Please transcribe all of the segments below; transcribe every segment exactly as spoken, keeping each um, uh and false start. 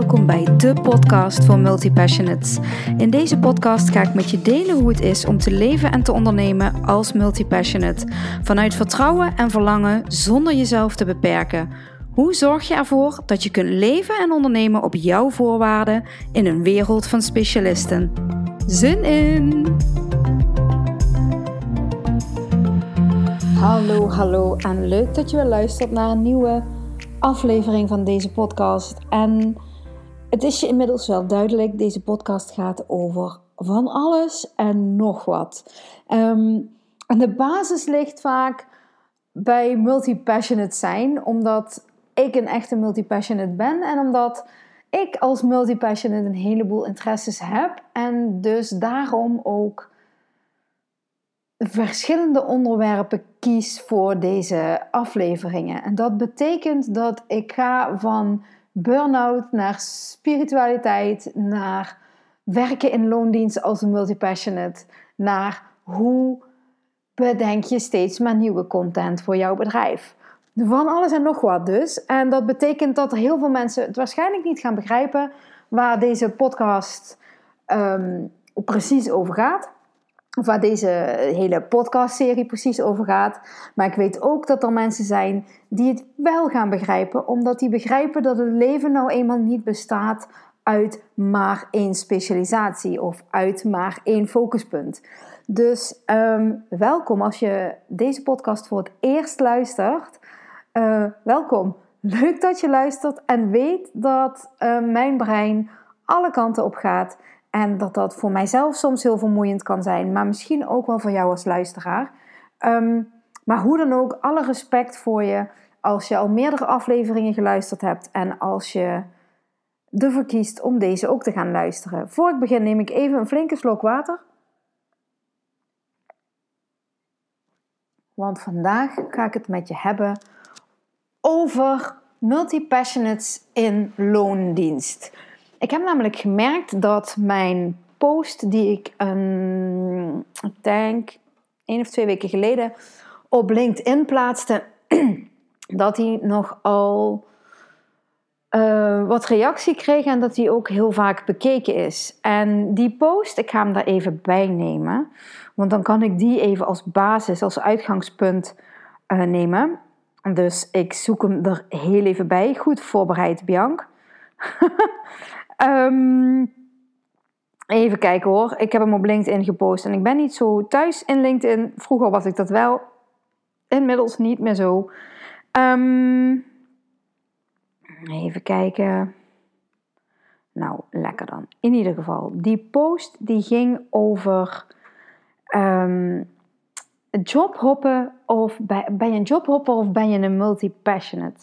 welkom bij de podcast voor multipassionates. In deze podcast ga ik met je delen hoe het is om te leven en te ondernemen als multipassionate. Vanuit vertrouwen en verlangen zonder jezelf te beperken. Hoe zorg je ervoor dat je kunt leven en ondernemen op jouw voorwaarden in een wereld van specialisten? Zin in! Hallo, hallo en leuk dat je weer luistert naar een nieuwe aflevering van deze podcast. En het is je inmiddels wel duidelijk, deze podcast gaat over van alles en nog wat. Um, en de basis ligt vaak bij multipassionate zijn, omdat ik een echte multipassionate ben en omdat ik als multipassionate een heleboel interesses heb en dus daarom ook verschillende onderwerpen kies voor deze afleveringen. En dat betekent dat ik ga van burn-out naar spiritualiteit, naar werken in loondienst als een multipassionate, naar hoe bedenk je steeds maar nieuwe content voor jouw bedrijf. Van alles en nog wat dus. En dat betekent dat er heel veel mensen het waarschijnlijk niet gaan begrijpen waar deze podcast um, precies over gaat. Of waar deze hele podcastserie precies over gaat. Maar ik weet ook dat er mensen zijn die het wel gaan begrijpen. Omdat die begrijpen dat het leven nou eenmaal niet bestaat uit maar één specialisatie. Of uit maar één focuspunt. Dus um, welkom als je deze podcast voor het eerst luistert. Uh, welkom. Leuk dat je luistert en weet dat uh, mijn brein alle kanten op gaat. En dat dat voor mijzelf soms heel vermoeiend kan zijn. Maar misschien ook wel voor jou als luisteraar. Um, maar hoe dan ook, alle respect voor je als je al meerdere afleveringen geluisterd hebt. En als je ervoor kiest om deze ook te gaan luisteren. Voor ik begin neem ik even een flinke slok water. Want vandaag ga ik het met je hebben over multipassionates in loondienst. Ik heb namelijk gemerkt dat mijn post die ik een, ik denk één of twee weken geleden op LinkedIn plaatste, dat die nogal uh, wat reactie kreeg en dat die ook heel vaak bekeken is. En die post, ik ga hem daar even bij nemen, want dan kan ik die even als basis, als uitgangspunt uh, nemen. Dus ik zoek hem er heel even bij. Goed voorbereid, Bianc. um, even kijken hoor. Ik heb hem op LinkedIn gepost. En ik ben niet zo thuis in LinkedIn. Vroeger was ik dat wel. Inmiddels niet meer zo. Um, even kijken. Nou, lekker dan. In ieder geval. Die post die ging over Um, jobhoppen of ben je een jobhopper of ben je een multipassionate?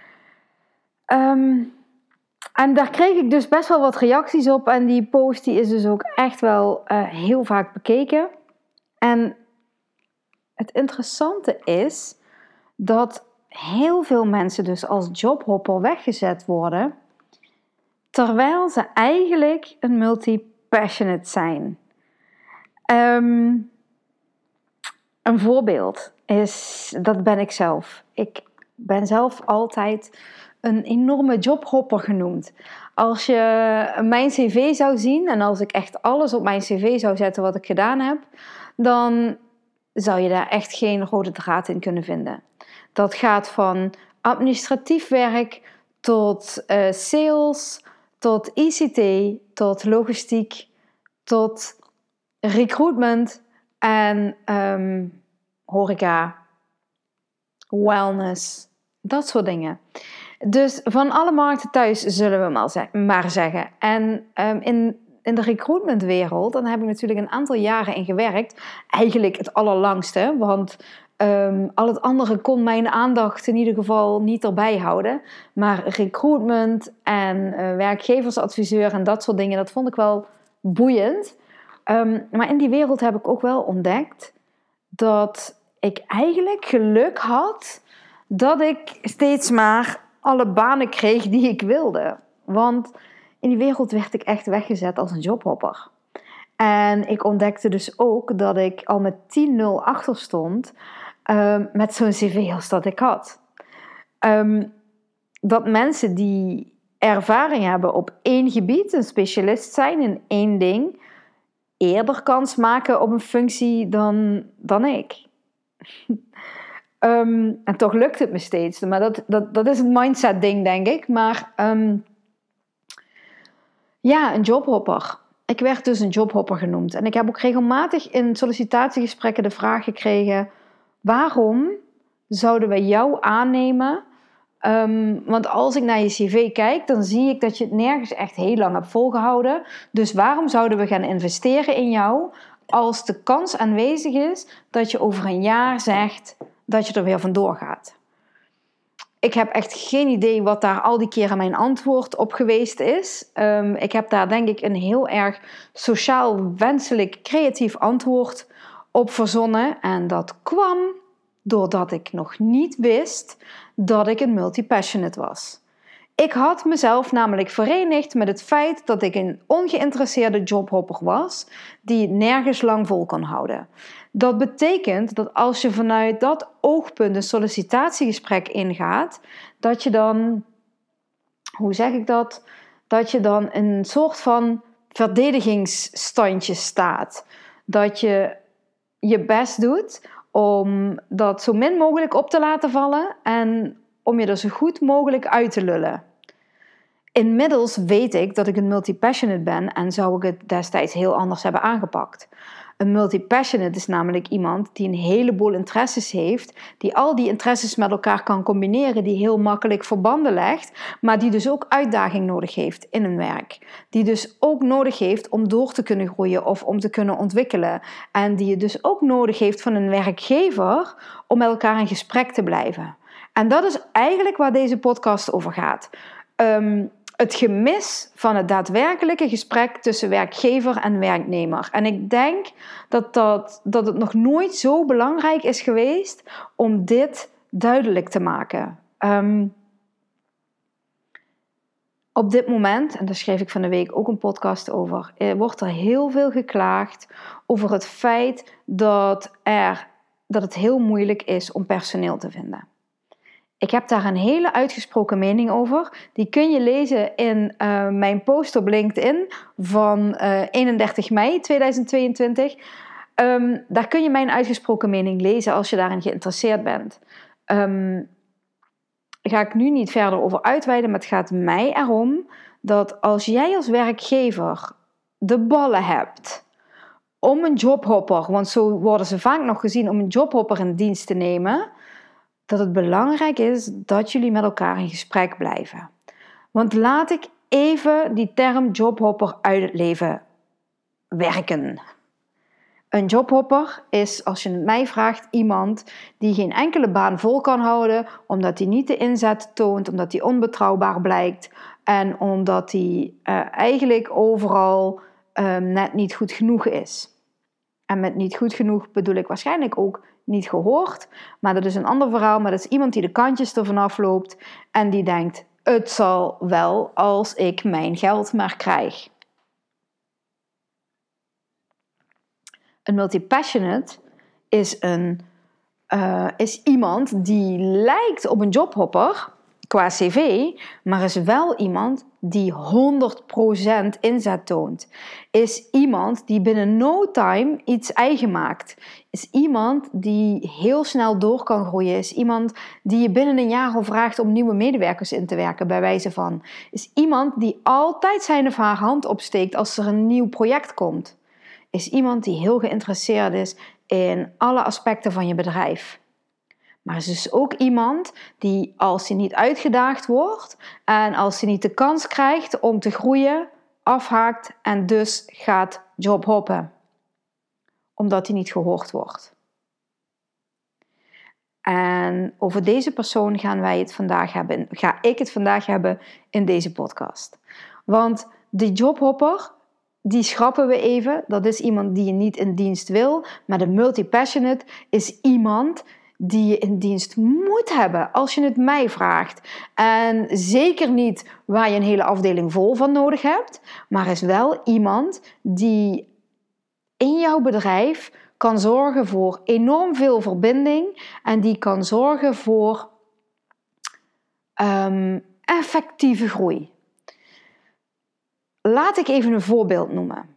Um, en daar kreeg ik dus best wel wat reacties op en die post die is dus ook echt wel uh, heel vaak bekeken. En het interessante is dat heel veel mensen dus als jobhopper weggezet worden, terwijl ze eigenlijk een multipassionate zijn. Um, Een voorbeeld is, dat ben ik zelf. Ik ben zelf altijd een enorme jobhopper genoemd. Als je mijn cv zou zien en als ik echt alles op mijn cv zou zetten wat ik gedaan heb, dan zou je daar echt geen rode draad in kunnen vinden. Dat gaat van administratief werk tot uh, sales, tot I C T, tot logistiek, tot recruitment en um, horeca, wellness, dat soort dingen. Dus van alle markten thuis zullen we maar, ze- maar zeggen. En um, in, in de recruitmentwereld, dan heb ik natuurlijk een aantal jaren in gewerkt. Eigenlijk het allerlangste, want um, al het andere kon mijn aandacht in ieder geval niet erbij houden. Maar recruitment en uh, werkgeversadviseur en dat soort dingen, dat vond ik wel boeiend. Um, maar in die wereld heb ik ook wel ontdekt dat ik eigenlijk geluk had dat ik steeds maar alle banen kreeg die ik wilde. Want in die wereld werd ik echt weggezet als een jobhopper. En ik ontdekte dus ook dat ik al met tien nul achter stond um, met zo'n cv als dat ik had. Um, dat mensen die ervaring hebben op één gebied, een specialist zijn in één ding, eerder kans maken op een functie dan, dan ik. um, en toch lukt het me steeds. Maar dat, dat, dat is een mindset ding, denk ik. Maar um, ja, een jobhopper. Ik werd dus een jobhopper genoemd. En ik heb ook regelmatig in sollicitatiegesprekken de vraag gekregen: waarom zouden wij jou aannemen? Um, want als ik naar je cv kijk, dan zie ik dat je het nergens echt heel lang hebt volgehouden. Dus waarom zouden we gaan investeren in jou als de kans aanwezig is dat je over een jaar zegt dat je er weer vandoor gaat? Ik heb echt geen idee wat daar al die keren mijn antwoord op geweest is. Um, ik heb daar denk ik een heel erg sociaal wenselijk creatief antwoord op verzonnen. En dat kwam doordat ik nog niet wist dat ik een multipassionate was. Ik had mezelf namelijk verenigd met het feit dat ik een ongeïnteresseerde jobhopper was die het nergens lang vol kon houden. Dat betekent dat als je vanuit dat oogpunt een sollicitatiegesprek ingaat, dat je dan, hoe zeg ik dat, dat je dan een soort van verdedigingsstandje staat. Dat je je best doet om dat zo min mogelijk op te laten vallen en om je er zo goed mogelijk uit te lullen. Inmiddels weet ik dat ik een multipassionate ben en zou ik het destijds heel anders hebben aangepakt. Een multipassionate is namelijk iemand die een heleboel interesses heeft, die al die interesses met elkaar kan combineren, die heel makkelijk verbanden legt, maar die dus ook uitdaging nodig heeft in een werk. Die dus ook nodig heeft om door te kunnen groeien of om te kunnen ontwikkelen. En die je dus ook nodig heeft van een werkgever om met elkaar in gesprek te blijven. En dat is eigenlijk waar deze podcast over gaat. Um, Het gemis van het daadwerkelijke gesprek tussen werkgever en werknemer. En ik denk dat, dat, dat het nog nooit zo belangrijk is geweest om dit duidelijk te maken. Um, op dit moment, en daar schreef ik van de week ook een podcast over, wordt er heel veel geklaagd over het feit dat, er, dat het heel moeilijk is om personeel te vinden. Ik heb daar een hele uitgesproken mening over. Die kun je lezen in uh, mijn post op LinkedIn van uh, eenendertig mei tweeduizend tweeëntwintig. Um, daar kun je mijn uitgesproken mening lezen als je daarin geïnteresseerd bent. Um, daar ga ik nu niet verder over uitweiden, maar het gaat mij erom dat als jij als werkgever de ballen hebt om een jobhopper, want zo worden ze vaak nog gezien, om een jobhopper in dienst te nemen, dat het belangrijk is dat jullie met elkaar in gesprek blijven. Want laat ik even die term jobhopper uit het leven werken. Een jobhopper is, als je het mij vraagt, iemand die geen enkele baan vol kan houden, omdat hij niet de inzet toont, omdat hij onbetrouwbaar blijkt en omdat hij uh, eigenlijk overal uh, net niet goed genoeg is. En met niet goed genoeg bedoel ik waarschijnlijk ook niet gehoord, maar dat is een ander verhaal. Maar dat is iemand die de kantjes ervan afloopt en die denkt, het zal wel als ik mijn geld maar krijg. Een multipassionate is, een, uh, is iemand die lijkt op een jobhopper qua cv, maar is wel iemand die honderd procent inzet toont. Is iemand die binnen no time iets eigen maakt. Is iemand die heel snel door kan groeien. Is iemand die je binnen een jaar al vraagt om nieuwe medewerkers in te werken, bij wijze van. Is iemand die altijd zijn of haar hand opsteekt als er een nieuw project komt. Is iemand die heel geïnteresseerd is in alle aspecten van je bedrijf. Maar is dus ook iemand die, als hij niet uitgedaagd wordt en als hij niet de kans krijgt om te groeien, afhaakt en dus gaat jobhoppen. Omdat hij niet gehoord wordt. En over deze persoon gaan wij het vandaag hebben, ga ik het vandaag hebben in deze podcast. Want de jobhopper, die schrappen we even. Dat is iemand die je niet in dienst wil. Maar de multipassionate is iemand die je in dienst moet hebben, als je het mij vraagt. En zeker niet waar je een hele afdeling vol van nodig hebt, maar is wel iemand die in jouw bedrijf kan zorgen voor enorm veel verbinding en die kan zorgen voor um, effectieve groei. laat ik even een voorbeeld noemen.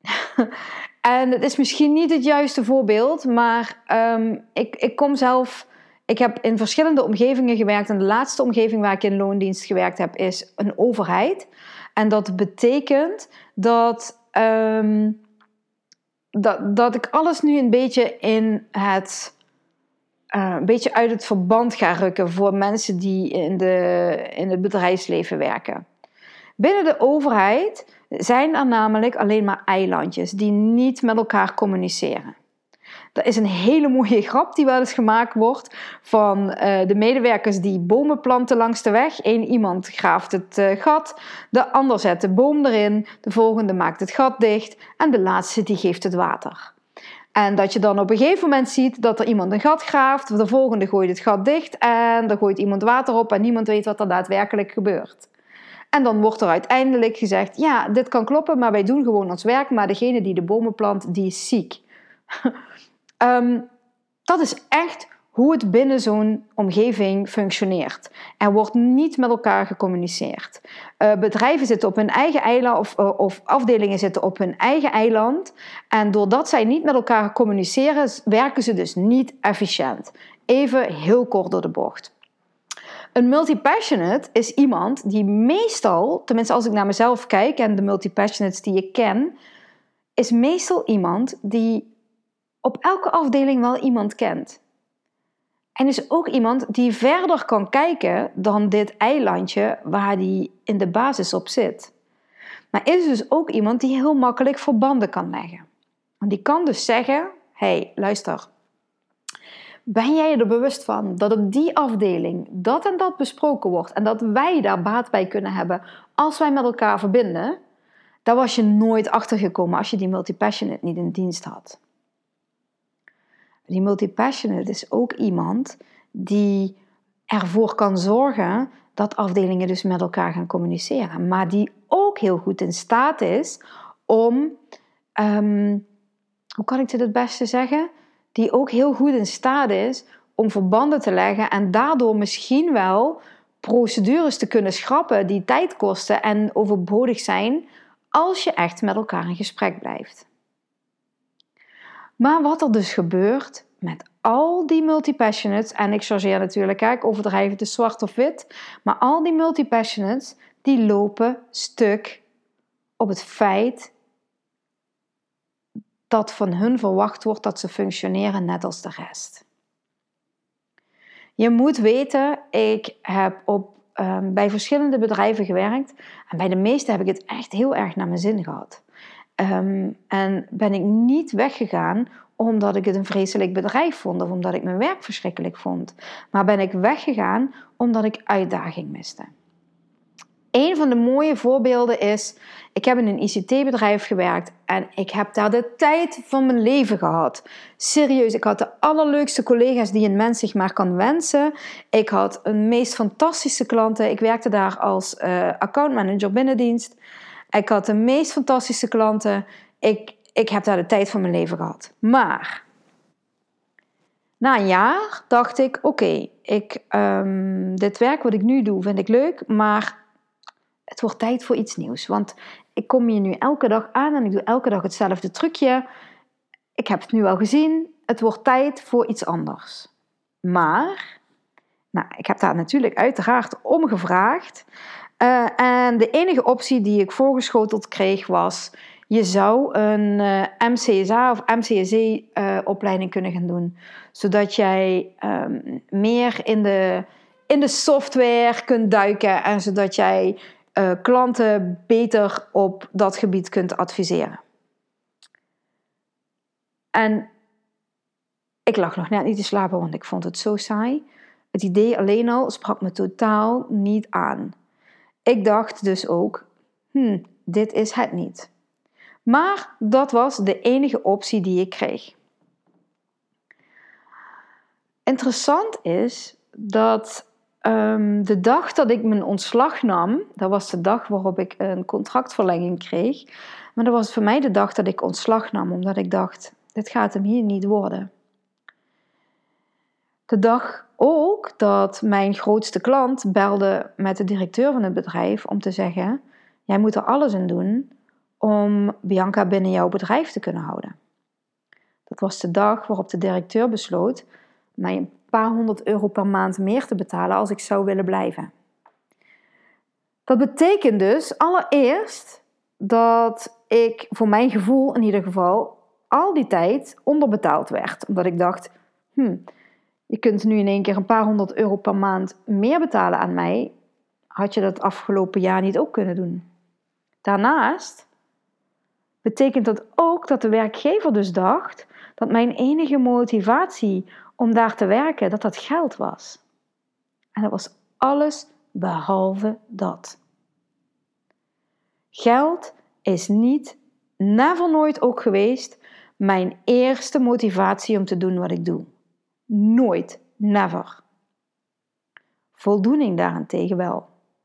En het is misschien niet het juiste voorbeeld, maar um, ik, ik kom zelf... Ik heb in verschillende omgevingen gewerkt en de laatste omgeving waar ik in loondienst gewerkt heb is een overheid. En dat betekent dat, um, dat, dat ik alles nu een beetje in het... Uh, een beetje uit het verband ga rukken voor mensen die in, de, in het bedrijfsleven werken. Binnen de overheid zijn er namelijk alleen maar eilandjes die niet met elkaar communiceren. Dat is een hele mooie grap die wel eens gemaakt wordt van uh, de medewerkers die bomen planten langs de weg. Eén iemand graaft het uh, gat, de ander zet de boom erin, de volgende maakt het gat dicht en de laatste die geeft het water. En dat je dan op een gegeven moment ziet dat er iemand een gat graaft, de volgende gooit het gat dicht en dan gooit iemand water op en niemand weet wat er daadwerkelijk gebeurt. En dan wordt er uiteindelijk gezegd, ja, dit kan kloppen, maar wij doen gewoon ons werk, maar degene die de bomen plant, die is ziek. um, dat is echt hoe het binnen zo'n omgeving functioneert. Er wordt niet met elkaar gecommuniceerd. Uh, bedrijven zitten op hun eigen eiland of, uh, of afdelingen zitten op hun eigen eiland. En doordat zij niet met elkaar communiceren, werken ze dus niet efficiënt. Even heel kort door de bocht. Een multipassionate is iemand die meestal, tenminste als ik naar mezelf kijk en de multipassionates die ik ken, is meestal iemand die op elke afdeling wel iemand kent. En is ook iemand die verder kan kijken dan dit eilandje waar die in de basis op zit. Maar is dus ook iemand die heel makkelijk verbanden kan leggen. Want die kan dus zeggen, hé, hey, luister, ben jij je er bewust van dat op die afdeling dat en dat besproken wordt en dat wij daar baat bij kunnen hebben als wij met elkaar verbinden? Daar was je nooit achtergekomen als je die multipassionate niet in dienst had. Die multipassionate is ook iemand die ervoor kan zorgen dat afdelingen dus met elkaar gaan communiceren. Maar die ook heel goed in staat is om, um, hoe kan ik dit het beste zeggen? Die ook heel goed in staat is om verbanden te leggen en daardoor misschien wel procedures te kunnen schrappen die tijd kosten en overbodig zijn als je echt met elkaar in gesprek blijft. Maar wat er dus gebeurt met al die multipassionates, en ik chargeer natuurlijk, ik overdrijf het, zwart of wit, maar al die multipassionates die lopen stuk op het feit dat van hun verwacht wordt dat ze functioneren net als de rest. Je moet weten, ik heb op, um, bij verschillende bedrijven gewerkt en bij de meeste heb ik het echt heel erg naar mijn zin gehad. Um, en ben ik niet weggegaan omdat ik het een vreselijk bedrijf vond of omdat ik mijn werk verschrikkelijk vond. Maar ben ik weggegaan omdat ik uitdaging miste. Een van de mooie voorbeelden is, ik heb in een I C T-bedrijf gewerkt en ik heb daar de tijd van mijn leven gehad. Serieus, ik had de allerleukste collega's die een mens zich maar kan wensen. Ik had een meest fantastische klanten. Ik werkte daar als uh, accountmanager binnendienst. Ik had de meest fantastische klanten. Ik, ik heb daar de tijd van mijn leven gehad. Maar na een jaar dacht ik, oké, okay, ik, um, dit werk wat ik nu doe vind ik leuk, maar het wordt tijd voor iets nieuws. Want ik kom hier nu elke dag aan en ik doe elke dag hetzelfde trucje. Ik heb het nu al gezien. Het wordt tijd voor iets anders. Maar, nou, ik heb daar natuurlijk uiteraard om gevraagd. Uh, en de enige optie die ik voorgeschoteld kreeg was, je zou een uh, M C S A of M C S E uh, opleiding kunnen gaan doen. Zodat jij um, meer in de, in de software kunt duiken en zodat jij uh, klanten beter op dat gebied kunt adviseren. En ik lag nog net niet te slapen, want ik vond het zo saai. Het idee alleen al sprak me totaal niet aan. Ik dacht dus ook, hmm, dit is het niet. Maar dat was de enige optie die ik kreeg. Interessant is dat um, de dag dat ik mijn ontslag nam, dat was de dag waarop ik een contractverlenging kreeg, maar dat was voor mij de dag dat ik ontslag nam, omdat ik dacht, dit gaat hem hier niet worden. De dag ook dat mijn grootste klant belde met de directeur van het bedrijf om te zeggen, Jij moet er alles in doen om Bianca binnen jouw bedrijf te kunnen houden. Dat was de dag waarop de directeur besloot mij een paar honderd euro per maand meer te betalen als ik zou willen blijven. Dat betekent dus allereerst dat ik, voor mijn gevoel in ieder geval, al die tijd onderbetaald werd. Omdat ik dacht, hm, je kunt nu in één keer een paar honderd euro per maand meer betalen aan mij. Had je dat afgelopen jaar niet ook kunnen doen? Daarnaast betekent dat ook dat de werkgever dus dacht dat mijn enige motivatie om daar te werken, dat dat geld was. En dat was alles behalve dat. Geld is niet, never nooit ook geweest, mijn eerste motivatie om te doen wat ik doe. Nooit, never. Voldoening daarentegen wel.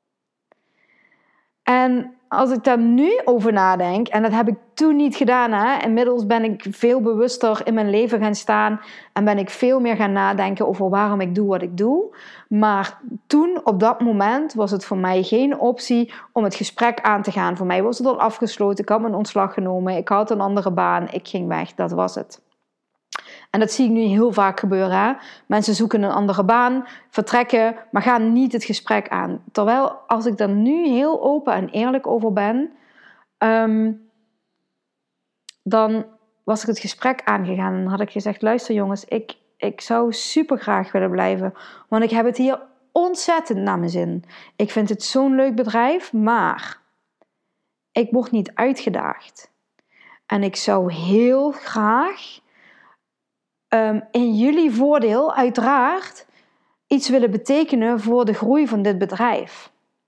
En als ik daar nu over nadenk, en dat heb ik toen niet gedaan, hè? Inmiddels ben ik veel bewuster in mijn leven gaan staan en ben ik veel meer gaan nadenken over waarom ik doe wat ik doe. Maar toen, op dat moment, was het voor mij geen optie om het gesprek aan te gaan. Voor mij was het al afgesloten, ik had mijn ontslag genomen, ik had een andere baan, ik ging weg, dat was het. En dat zie ik nu heel vaak gebeuren. Hè? Mensen zoeken een andere baan, vertrekken, maar gaan niet het gesprek aan. Terwijl als ik er nu heel open en eerlijk over ben, um, dan was ik het gesprek aangegaan en had ik gezegd, luister jongens, ik, ik zou super graag willen blijven. Want ik heb het hier ontzettend naar mijn zin. Ik vind het zo'n leuk bedrijf, maar ik word niet uitgedaagd. En ik zou heel graag Um, in jullie voordeel uiteraard iets willen betekenen voor de groei van dit bedrijf.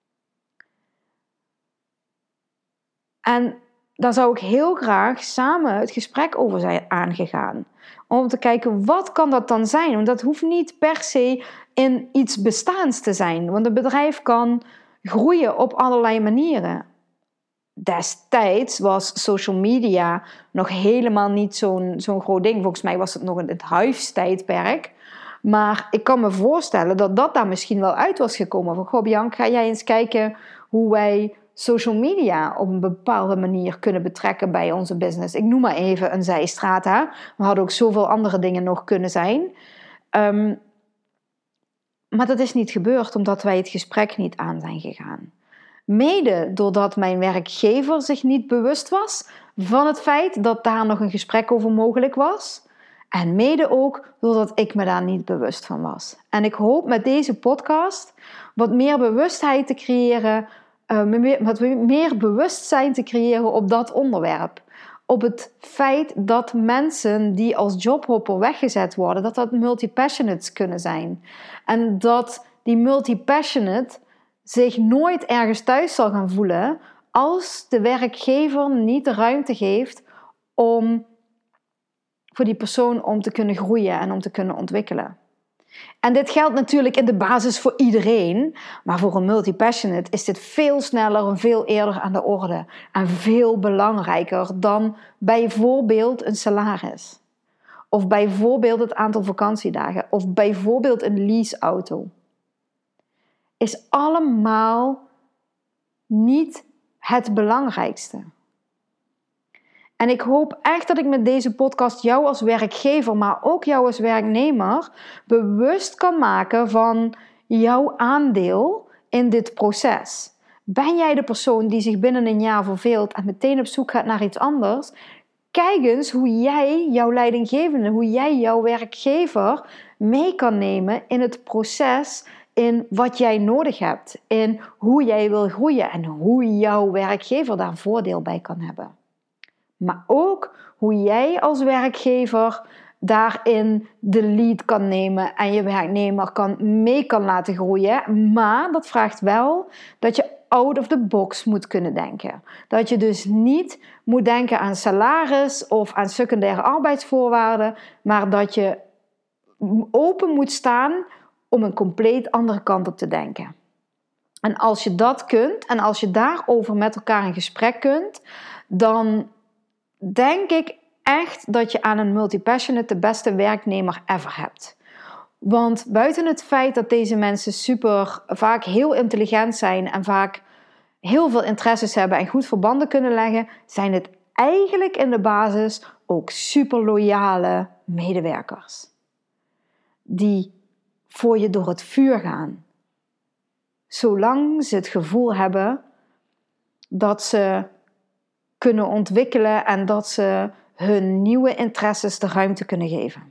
En daar zou ik heel graag samen het gesprek over zijn aangegaan. Om te kijken, wat kan dat dan zijn? Want dat hoeft niet per se in iets bestaans te zijn. Want een bedrijf kan groeien op allerlei manieren. Destijds was social media nog helemaal niet zo'n, zo'n groot ding. Volgens mij was het nog in het huistijdperk. Maar ik kan me voorstellen dat dat daar misschien wel uit was gekomen. Van, goh Bianca, ga jij eens kijken hoe wij social media op een bepaalde manier kunnen betrekken bij onze business. Ik noem maar even een zijstraat. Hè? We hadden ook zoveel andere dingen nog kunnen zijn. Um, maar dat is niet gebeurd omdat wij het gesprek niet aan zijn gegaan. Mede doordat mijn werkgever zich niet bewust was van het feit dat daar nog een gesprek over mogelijk was. En mede ook doordat ik me daar niet bewust van was. En ik hoop met deze podcast wat meer bewustheid te creëren, uh, wat meer bewustzijn te creëren op dat onderwerp. Op het feit dat mensen die als jobhopper weggezet worden, dat dat multipassionates kunnen zijn. En dat die multipassionate zich nooit ergens thuis zal gaan voelen als de werkgever niet de ruimte geeft om voor die persoon om te kunnen groeien en om te kunnen ontwikkelen. En dit geldt natuurlijk in de basis voor iedereen, maar voor een multipassionate is dit veel sneller en veel eerder aan de orde en veel belangrijker dan bijvoorbeeld een salaris. Of bijvoorbeeld het aantal vakantiedagen of bijvoorbeeld een leaseauto. Is allemaal niet het belangrijkste. En ik hoop echt dat ik met deze podcast jou als werkgever, maar ook jou als werknemer, bewust kan maken van jouw aandeel in dit proces. Ben jij de persoon die zich binnen een jaar verveelt en meteen op zoek gaat naar iets anders? Kijk eens hoe jij jouw leidinggevende, hoe jij jouw werkgever mee kan nemen in het proces, in wat jij nodig hebt, in hoe jij wil groeien en hoe jouw werkgever daar voordeel bij kan hebben. Maar ook hoe jij als werkgever daarin de lead kan nemen en je werknemer kan, mee kan laten groeien. Maar dat vraagt wel dat je out of the box moet kunnen denken. Dat je dus niet moet denken aan salaris of aan secundaire arbeidsvoorwaarden, maar dat je open moet staan om een compleet andere kant op te denken. En als je dat kunt en als je daarover met elkaar in gesprek kunt, dan denk ik echt dat je aan een multipassionate de beste werknemer ever hebt. Want buiten het feit dat deze mensen super vaak heel intelligent zijn en vaak heel veel interesses hebben en goed verbanden kunnen leggen, zijn het eigenlijk in de basis ook super loyale medewerkers. Die voor je door het vuur gaan. Zolang ze het gevoel hebben dat ze kunnen ontwikkelen en dat ze hun nieuwe interesses de ruimte kunnen geven.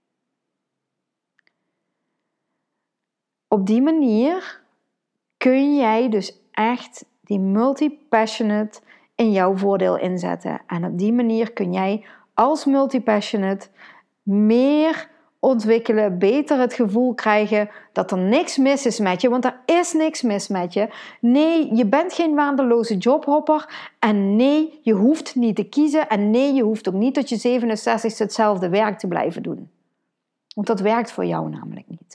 Op die manier kun jij dus echt die multi-passionate in jouw voordeel inzetten. En op die manier kun jij als multi-passionate meer ontwikkelen, beter het gevoel krijgen dat er niks mis is met je, want er is niks mis met je. Nee, je bent geen waardeloze jobhopper en nee, je hoeft niet te kiezen en nee, je hoeft ook niet tot je zevenenzestigste hetzelfde werk te blijven doen. Want dat werkt voor jou namelijk niet.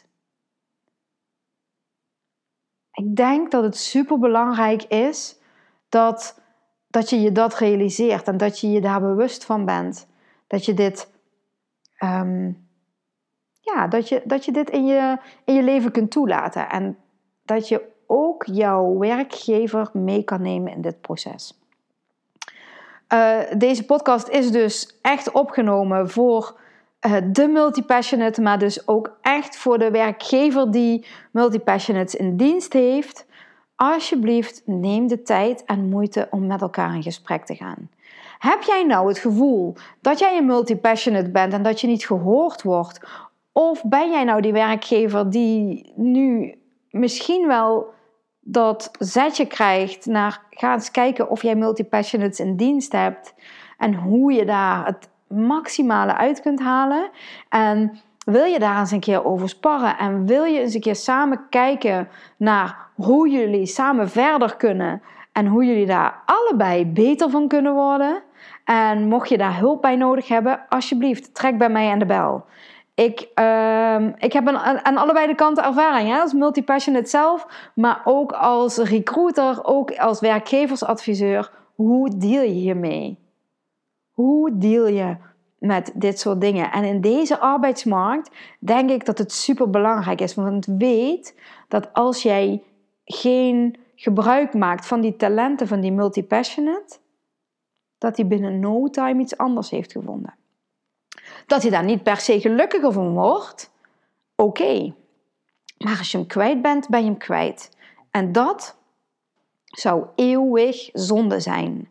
Ik denk dat het superbelangrijk is dat, dat je je dat realiseert en dat je je daar bewust van bent. Dat je dit, um, ja, dat je, dat je dit in je, in je leven kunt toelaten. En dat je ook jouw werkgever mee kan nemen in dit proces. Uh, deze podcast is dus echt opgenomen voor uh, de multipassionate, maar dus ook echt voor de werkgever die multipassionates in dienst heeft. Alsjeblieft, neem de tijd en moeite om met elkaar in gesprek te gaan. Heb jij nou het gevoel dat jij een multipassionate bent en dat je niet gehoord wordt? Of ben jij nou die werkgever die nu misschien wel dat zetje krijgt naar ga eens kijken of jij multipassionates in dienst hebt en hoe je daar het maximale uit kunt halen? En wil je daar eens een keer over sparren en wil je eens een keer samen kijken naar hoe jullie samen verder kunnen en hoe jullie daar allebei beter van kunnen worden? En mocht je daar hulp bij nodig hebben, alsjeblieft, trek bij mij aan de bel. Ik, uh, ik heb een, aan allebei de kanten ervaring, hè? Als multipassionate zelf, maar ook als recruiter, ook als werkgeversadviseur. Hoe deal je hiermee? Hoe deal je met dit soort dingen? En in deze arbeidsmarkt denk ik dat het super belangrijk is. Want weet dat als jij geen gebruik maakt van die talenten van die multipassionate, dat hij binnen no time iets anders heeft gevonden. Dat hij daar niet per se gelukkiger van wordt, oké. Okay. Maar als je hem kwijt bent, ben je hem kwijt. En dat zou eeuwig zonde zijn.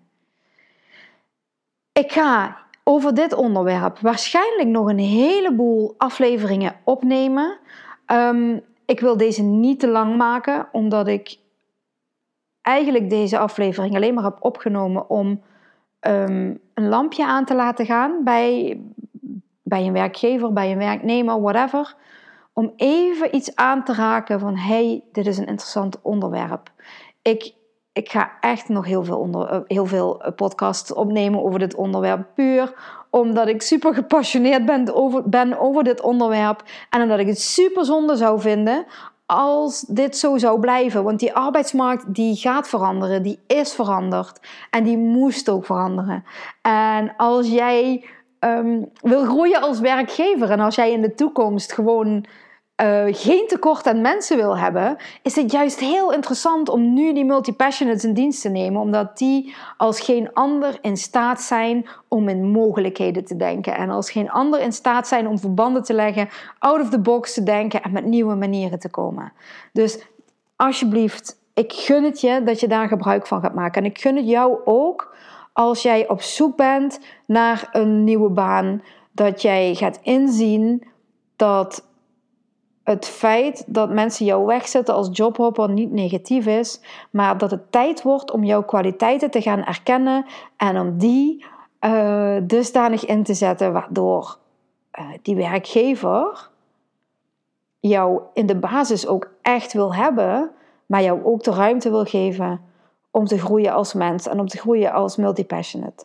Ik ga over dit onderwerp waarschijnlijk nog een heleboel afleveringen opnemen. Um, ik wil deze niet te lang maken, omdat ik eigenlijk deze aflevering alleen maar heb opgenomen om um, een lampje aan te laten gaan bij, bij een werkgever, bij een werknemer, whatever. Om even iets aan te raken van, hey, dit is een interessant onderwerp. Ik, ik ga echt nog heel veel, onder, heel veel podcasts opnemen over dit onderwerp. Puur omdat ik super gepassioneerd ben over, ben over dit onderwerp. En omdat ik het super zonde zou vinden als dit zo zou blijven. Want die arbeidsmarkt die gaat veranderen. Die is veranderd. En die moest ook veranderen. En als jij um, wil groeien als werkgever. En als jij in de toekomst gewoon Uh, geen tekort aan mensen wil hebben, is het juist heel interessant om nu die multipassionates in dienst te nemen, omdat die als geen ander in staat zijn om in mogelijkheden te denken en als geen ander in staat zijn om verbanden te leggen, out of the box te denken en met nieuwe manieren te komen. Dus alsjeblieft, ik gun het je dat je daar gebruik van gaat maken. En ik gun het jou ook als jij op zoek bent naar een nieuwe baan, dat jij gaat inzien dat het feit dat mensen jou wegzetten als jobhopper niet negatief is, maar dat het tijd wordt om jouw kwaliteiten te gaan erkennen en om die uh, dusdanig in te zetten waardoor uh, die werkgever jou in de basis ook echt wil hebben, maar jou ook de ruimte wil geven om te groeien als mens en om te groeien als multipassionate.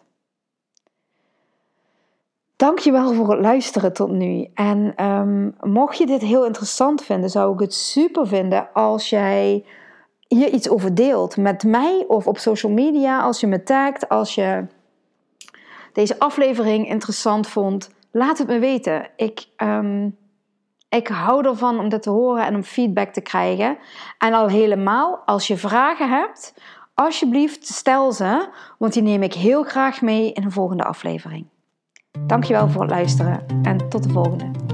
Dankjewel voor het luisteren tot nu. En um, mocht je dit heel interessant vinden, zou ik het super vinden als jij hier iets over deelt met mij of op social media. Als je me tagt, als je deze aflevering interessant vond, laat het me weten. Ik, um, ik hou ervan om dit te horen en om feedback te krijgen. En al helemaal, als je vragen hebt, Alsjeblieft, stel ze, want die neem ik heel graag mee in een volgende aflevering. Dankjewel voor het luisteren en tot de volgende.